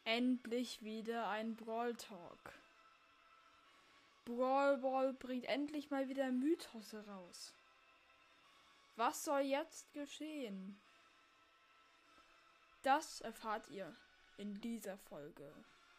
Endlich wieder ein Brawl Talk. Brawl Ball bringt endlich mal wieder Mythos heraus. Was soll jetzt geschehen? Das erfahrt ihr in dieser Folge.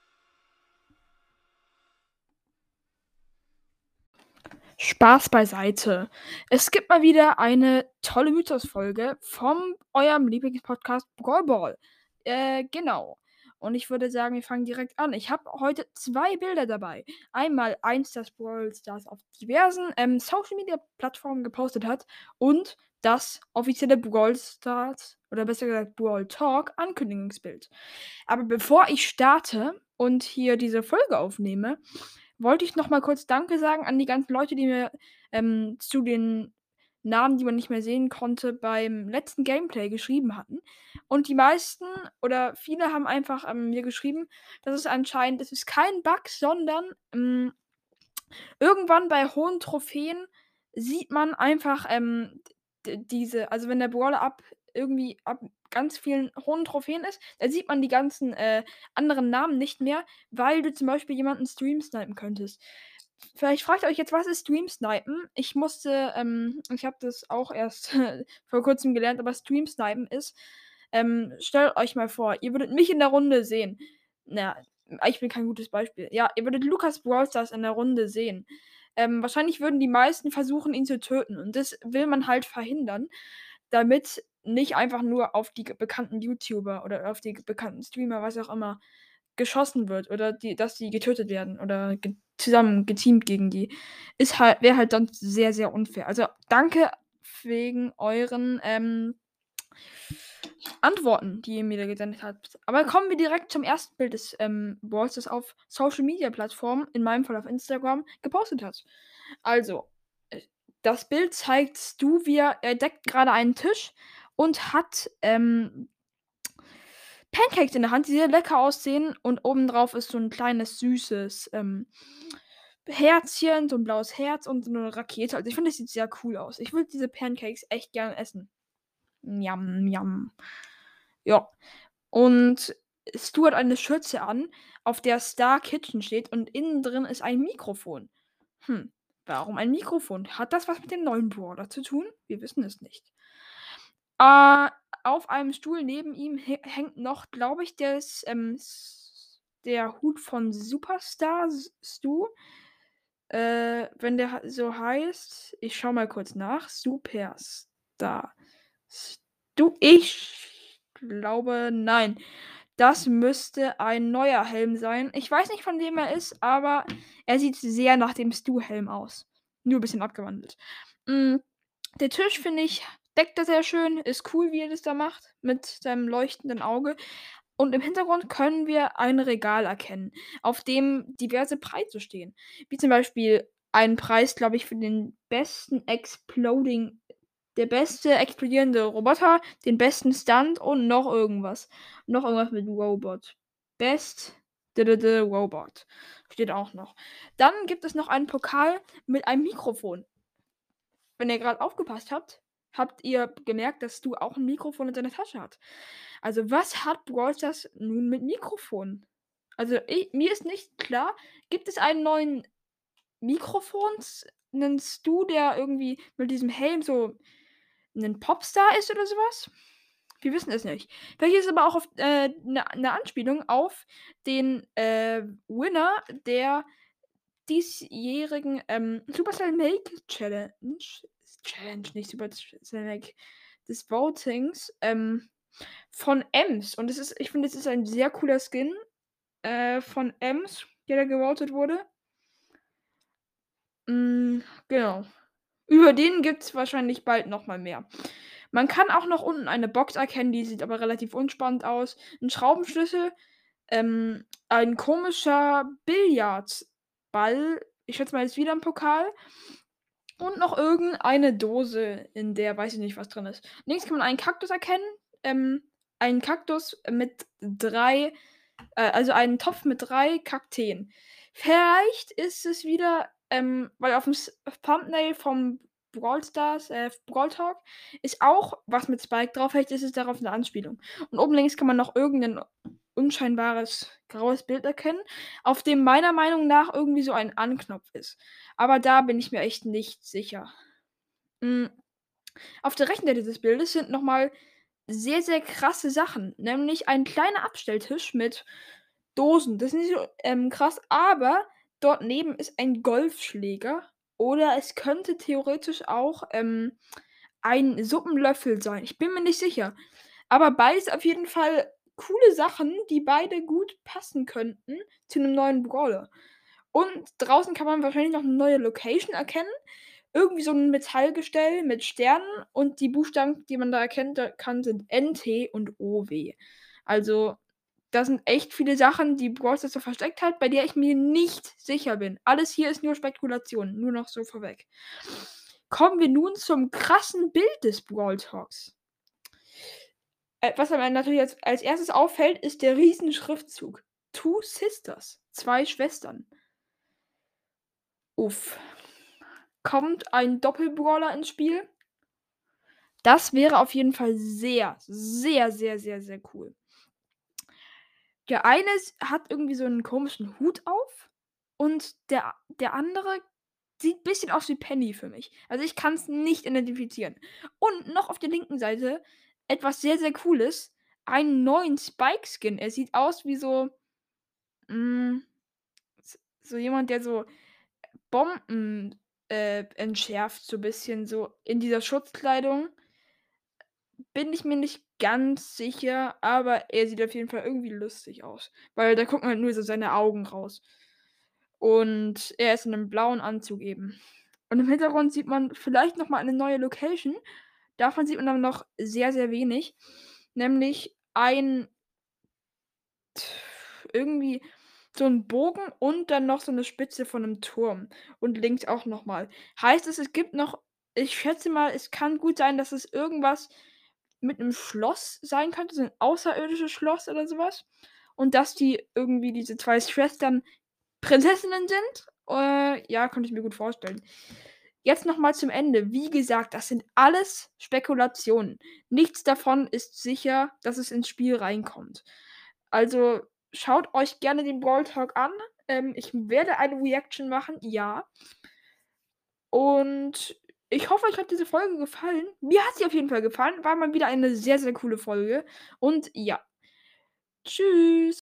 Spaß beiseite. Es gibt mal wieder eine tolle Mythos-Folge von eurem Lieblingspodcast Brawl Ball. Genau. Und ich würde sagen, wir fangen direkt an. Ich habe heute 2 Bilder dabei. Einmal eins, das Brawl Stars auf diversen Social Media Plattformen gepostet hat und das offizielle Brawl Stars oder besser gesagt Brawl Talk Ankündigungsbild. Aber bevor ich starte und hier diese Folge aufnehme, wollte ich noch mal kurz Danke sagen an die ganzen Leute, die mir zu den Namen, die man nicht mehr sehen konnte, beim letzten Gameplay geschrieben hatten. Und die meisten oder viele haben einfach mir geschrieben, dass es anscheinend, das ist kein Bug, sondern irgendwann bei hohen Trophäen sieht man einfach diese, also wenn der Brawler ab ganz vielen hohen Trophäen ist, dann sieht man die ganzen anderen Namen nicht mehr, weil du zum Beispiel jemanden Stream snipen könntest. Vielleicht fragt ihr euch jetzt, was ist Stream Snipen? Ich habe das auch erst vor kurzem gelernt, aber Stream Snipen ist, stellt euch mal vor, ihr würdet mich in der Runde sehen. Na, ich bin kein gutes Beispiel. Ja, ihr würdet Lukas Brawl Stars in der Runde sehen. Wahrscheinlich würden die meisten versuchen, ihn zu töten. Und das will man halt verhindern, damit nicht einfach nur auf die bekannten YouTuber oder auf die bekannten Streamer, was auch immer, geschossen wird oder dass die getötet werden oder zusammen geteamt gegen die. Wäre halt dann sehr, sehr unfair. Also danke wegen euren Antworten, die ihr mir da gesendet habt. Aber kommen wir direkt zum ersten Bild des Balls, das auf Social Media Plattformen, in meinem Fall auf Instagram, gepostet hat. Also, äh, das Bild zeigt Stu, wie er deckt gerade einen Tisch und hat Pancakes in der Hand, die sehr lecker aussehen. Und obendrauf ist so ein kleines, süßes Herzchen, so ein blaues Herz und so eine Rakete. Also ich finde, das sieht sehr cool aus. Ich würde diese Pancakes echt gerne essen. Yum, yum. Ja. Und Stu hat eine Schürze an, auf der Star Kitchen steht und innen drin ist ein Mikrofon. Hm, warum ein Mikrofon? Hat das was mit dem neuen Brawler zu tun? Wir wissen es nicht. Äh, auf einem Stuhl neben ihm hängt noch, glaube ich, der Hut von Superstar Stu. Wenn der so heißt, ich schau mal kurz nach. Superstar Stu. Ich glaube, nein. Das müsste ein neuer Helm sein. Ich weiß nicht, von wem er ist, aber er sieht sehr nach dem Stu-Helm aus. Nur ein bisschen abgewandelt. Mm, Der Tisch, finde ich, deckt er sehr schön. Ist cool, wie er das da macht. Mit seinem leuchtenden Auge. Und im Hintergrund können wir ein Regal erkennen, auf dem diverse Preise stehen. Wie zum Beispiel ein Preis, glaube ich, für den besten der beste explodierende Roboter, den besten Stunt und noch irgendwas. Noch irgendwas mit Robot. Best Robot. Steht auch noch. Dann gibt es noch einen Pokal mit einem Mikrofon. Wenn ihr gerade aufgepasst habt, habt ihr gemerkt, dass du auch ein Mikrofon in deiner Tasche hast. Also, was hat Brawl Stars nun mit Mikrofon? Also, mir ist nicht klar, gibt es einen neuen Mikrofons, einen Stu, der irgendwie mit diesem Helm so ein Popstar ist oder sowas? Wir wissen es nicht. Vielleicht ist es aber auch auf 'ne Anspielung auf den Winner der diesjährigen Supercell Make Challenge, nicht Supercell Make, des Votings von Ems. Und ich finde, es ist ein sehr cooler Skin von Ems, der da gewotet wurde. Genau. Über den gibt es wahrscheinlich bald nochmal mehr. Man kann auch noch unten eine Box erkennen, die sieht aber relativ unspannend aus. Ein Schraubenschlüssel, ein komischer Billardball. Ich schätze mal, ist wieder ein Pokal. Und noch irgendeine Dose, in der weiß ich nicht, was drin ist. Links kann man einen Kaktus erkennen. Einen Kaktus mit also einen Topf mit 3 Kakteen. Vielleicht ist es wieder, weil auf dem Thumbnail vom Brawl Stars, Brawl Talk, ist auch was mit Spike drauf. Vielleicht ist es darauf eine Anspielung. Und oben links kann man noch irgendeinen unscheinbares graues Bild erkennen, auf dem meiner Meinung nach irgendwie so ein Anknopf ist. Aber da bin ich mir echt nicht sicher. Hm, auf der rechten Seite des Bildes sind noch mal sehr, sehr krasse Sachen, nämlich ein kleiner Abstelltisch mit Dosen. Das ist nicht so, krass, aber dort neben ist ein Golfschläger oder es könnte theoretisch auch, ein Suppenlöffel sein. Ich bin mir nicht sicher. Aber beides auf jeden Fall coole Sachen, die beide gut passen könnten zu 'nem neuen Brawler. Und draußen kann man wahrscheinlich noch 'ne neue Location erkennen. Irgendwie so 'n Metallgestell mit Sternen und die Buchstaben, die man da erkennen da kann, sind NT und OW. Also, da sind echt viele Sachen, die Brawl Stars so versteckt hat, bei der ich mir nicht sicher bin. Alles hier ist nur Spekulation, nur noch so vorweg. Kommen wir nun zum krassen Bild des Brawl Talks. Was einem natürlich als Erstes auffällt, ist der Riesenschriftzug. Two Sisters, 2 Schwestern. Uff. Kommt ein Doppelbrawler ins Spiel? Das wäre auf jeden Fall sehr, sehr, sehr, sehr, sehr cool. Der eine hat irgendwie so 'n komischen Hut auf und der andere sieht bisschen aus wie Penny für mich. Also, ich kann's nicht identifizieren. Und noch auf der linken Seite etwas sehr, sehr Cooles, einen neuen Spike-Skin. Er sieht aus wie so, hm, so jemand, der so Bomben, entschärft, so bisschen so in dieser Schutzkleidung. Bin ich mir nicht ganz sicher, aber er sieht auf jeden Fall irgendwie lustig aus, weil da gucken halt nur so seine Augen raus. Und er ist in 'nem blauen Anzug eben. Und im Hintergrund sieht man vielleicht noch mal eine neue Location. Davon sieht man aber noch sehr, sehr wenig, nämlich ein irgendwie so 'n Bogen und dann noch so 'ne Spitze von 'nem Turm und links auch noch mal. Heißt es, es gibt noch ich schätze mal, es kann gut sein, dass es irgendwas mit 'nem Schloss sein könnte, so 'n außerirdisches Schloss oder so was. Und dass die irgendwie diese 2 Schwestern Prinzessinnen sind. Ja, könnte ich mir gut vorstellen. Jetzt noch mal zum Ende. Wie gesagt, das sind alles Spekulationen. Nichts davon ist sicher, dass es ins Spiel reinkommt. Also, schaut euch gerne den Brawl Talk an. Ich werde eine Reaction machen, ja. Und ich hoffe, euch hat diese Folge gefallen. Mir hat sie auf jeden Fall gefallen. War mal wieder eine sehr, sehr coole Folge. Und ja, tschüss.